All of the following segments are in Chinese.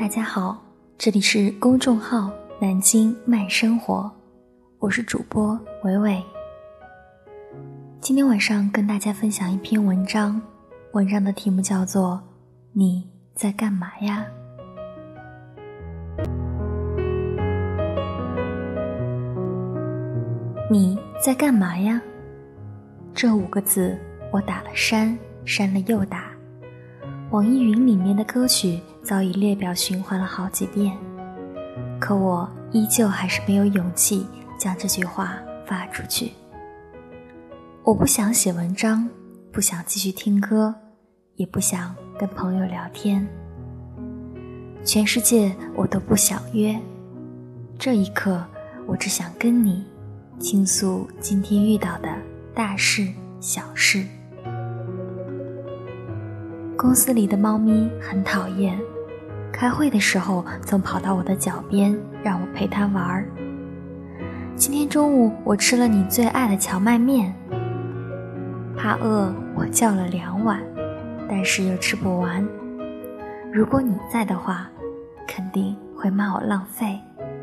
大家好，这里是公众号南京慢生活，我是主播伟伟。今天晚上跟大家分享一篇文章，文章的题目叫做你在干嘛呀？你在干嘛呀？这5个字我打了删，删了又打。网易云里面的歌曲早已列表循环了好几遍，可我依旧还是没有勇气将这句话发出去。我不想写文章，不想继续听歌，也不想跟朋友聊天。全世界我都不想约，这一刻我只想跟你倾诉今天遇到的大事小事。公司里的猫咪很讨厌，开会的时候总跑到我的脚边让我陪它玩。今天中午我吃了你最爱的荞麦面，怕饿我叫了2碗，但是又吃不完。如果你在的话，肯定会骂我浪费。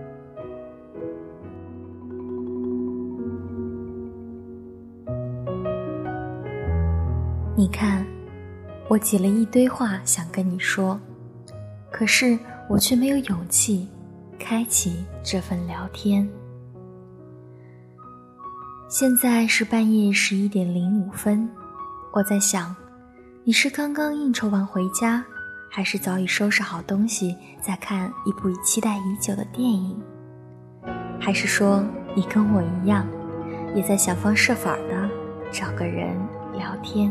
你看，我挤了一堆话想跟你说，可是我却没有勇气开启这份聊天。现在是半夜11点05分，我在想，你是刚刚应酬完回家，还是早已收拾好东西在看一部期待已久的电影，还是说你跟我一样，也在想方设法的找个人聊天。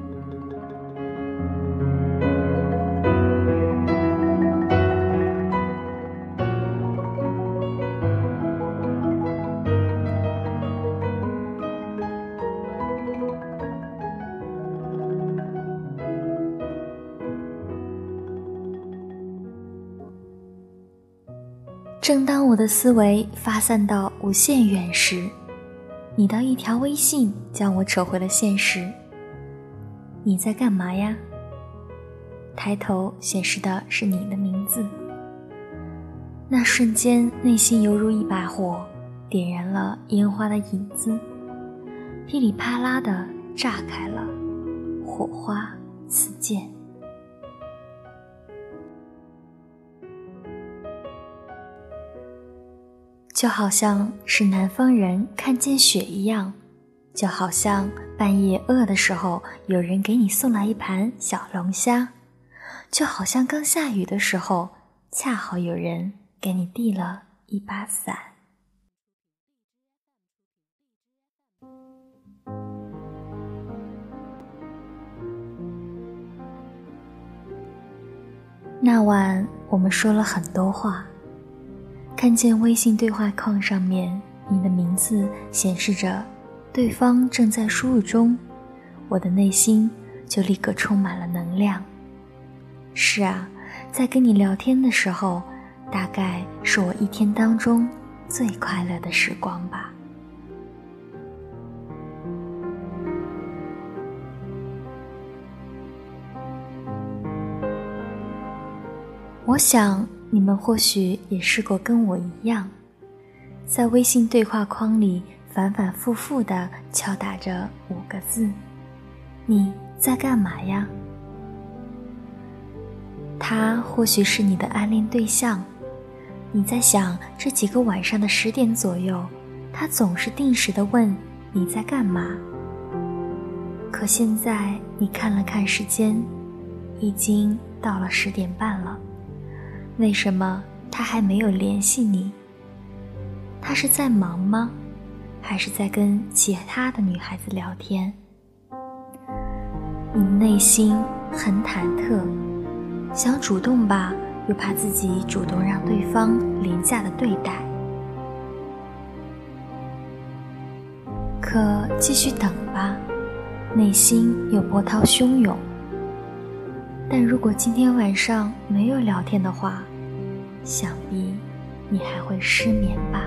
正当我的思维发散到无限远时，你的一条微信将我扯回了现实。你在干嘛呀？抬头显示的是你的名字。那瞬间内心犹如一把火，点燃了烟花的影子，噼里啪啦地炸开了，火花四溅。就好像是南方人看见雪一样，就好像半夜饿的时候有人给你送来一盘小龙虾，就好像刚下雨的时候恰好有人给你递了一把伞。那晚我们说了很多话，看见微信对话框上面你的名字显示着对方正在输入中，我的内心就立刻充满了能量。是啊，在跟你聊天的时候，大概是我一天当中最快乐的时光吧。我想你们或许也试过跟我一样，在微信对话框里反反复复地敲打着5个字：你在干嘛呀？他或许是你的暗恋对象，你在想这几个晚上的10点左右，他总是定时地问你在干嘛。可现在你看了看时间，已经到了10点半了，为什么他还没有联系你？他是在忙吗？还是在跟其他的女孩子聊天？你的内心很忐忑，想主动吧，又怕自己主动让对方廉价的对待。可继续等吧，内心又波涛汹涌。但如果今天晚上没有聊天的话，想必你还会失眠吧。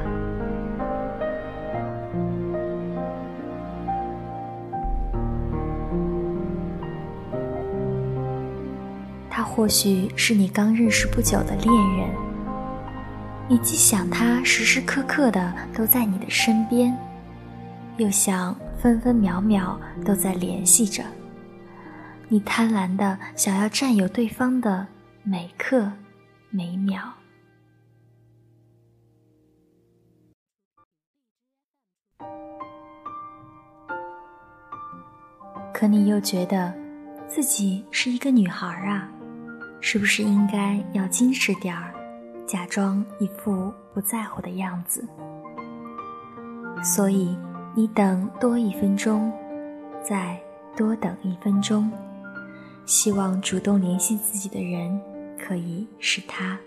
或许是你刚认识不久的恋人，你既想他时时刻刻的都在你的身边，又想分分秒秒都在联系着，你贪婪的想要占有对方的每刻每秒。可你又觉得自己是一个女孩啊，是不是应该要矜持点儿，假装一副不在乎的样子？所以你等多1分钟，再多等1分钟，希望主动联系自己的人可以是他。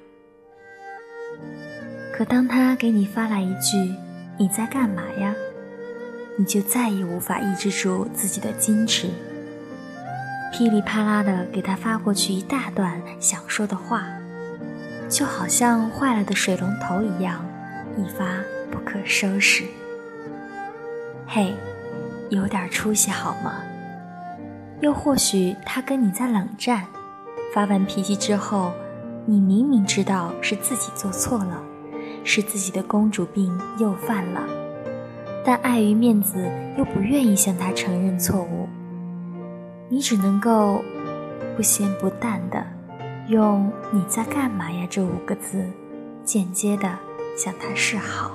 可当他给你发来一句“你在干嘛呀”，你就再也无法抑制住自己的矜持，噼里啪啦地给他发过去一大段想说的话，就好像坏了的水龙头一样，一发不可收拾。嘿，有点出息好吗？又或许他跟你在冷战，发完脾气之后，你明明知道是自己做错了，是自己的公主病又犯了，但碍于面子又不愿意向他承认错误，你只能够不咸不淡的用“你在干嘛呀”这5个字间接的向他示好。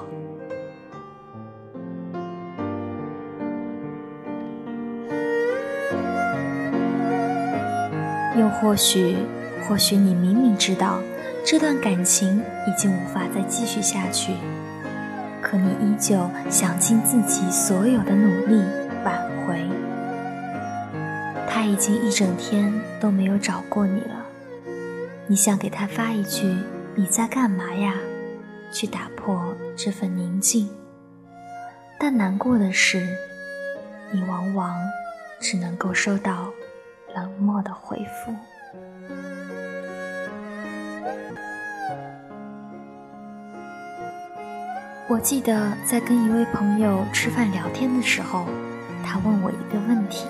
又或许你明明知道这段感情已经无法再继续下去，可你依旧想尽自己所有的努力挽回。他已经1整天都没有找过你了，你想给他发一句“你在干嘛呀”，去打破这份宁静，但难过的是，你往往只能够收到冷漠的回复。我记得在跟一位朋友吃饭聊天的时候，他问我一个问题：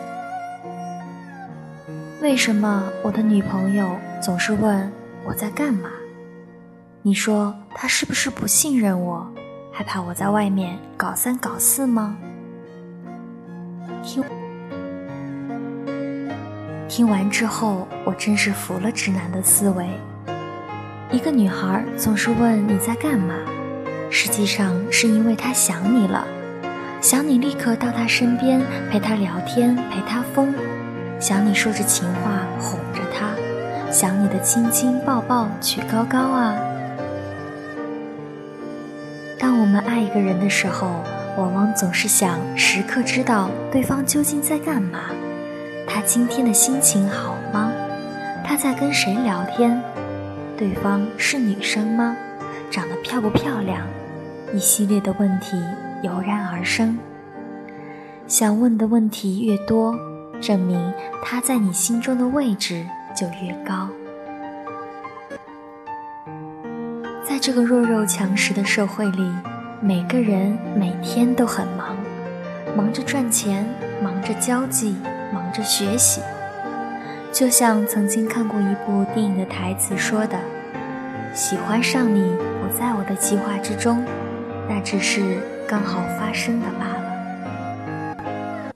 为什么我的女朋友总是问我在干嘛？你说她是不是不信任我，害怕我在外面搞3搞4吗？听完之后，我真是服了直男的思维。一个女孩总是问你在干嘛，实际上是因为她想你了，想你立刻到她身边陪她聊天，陪她疯，想你说着情话哄着她，想你的亲亲抱抱举高高啊。当我们爱一个人的时候，往往总是想时刻知道对方究竟在干嘛，他今天的心情好吗？他在跟谁聊天？对方是女生吗？长得漂不漂亮？一系列的问题油然而生。想问的问题越多，证明他在你心中的位置就越高。在这个弱肉强食的社会里，每个人每天都很忙，忙着赚钱，忙着交际，忙着学习。就像曾经看过一部电影的台词说的，喜欢上你不在我的计划之中，那只是刚好发生的罢了。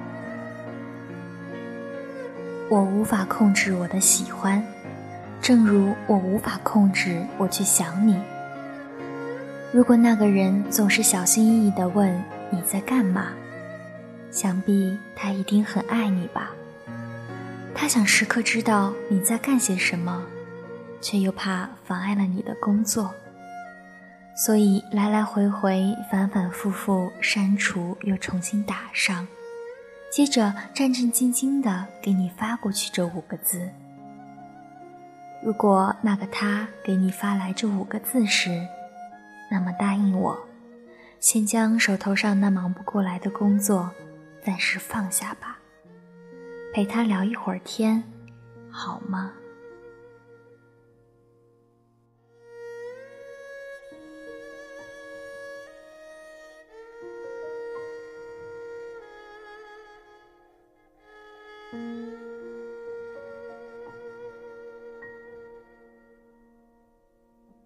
我无法控制我的喜欢，正如我无法控制我去想你。如果那个人总是小心翼翼地问你在干嘛，想必他一定很爱你吧。他想时刻知道你在干些什么，却又怕妨碍了你的工作，所以来来回回反反复复删除又重新打上，接着战战兢兢地给你发过去这5个字。如果那个他给你发来这5个字时，那么答应我，先将手头上那忙不过来的工作暂时放下吧，陪他聊一会儿天，好吗？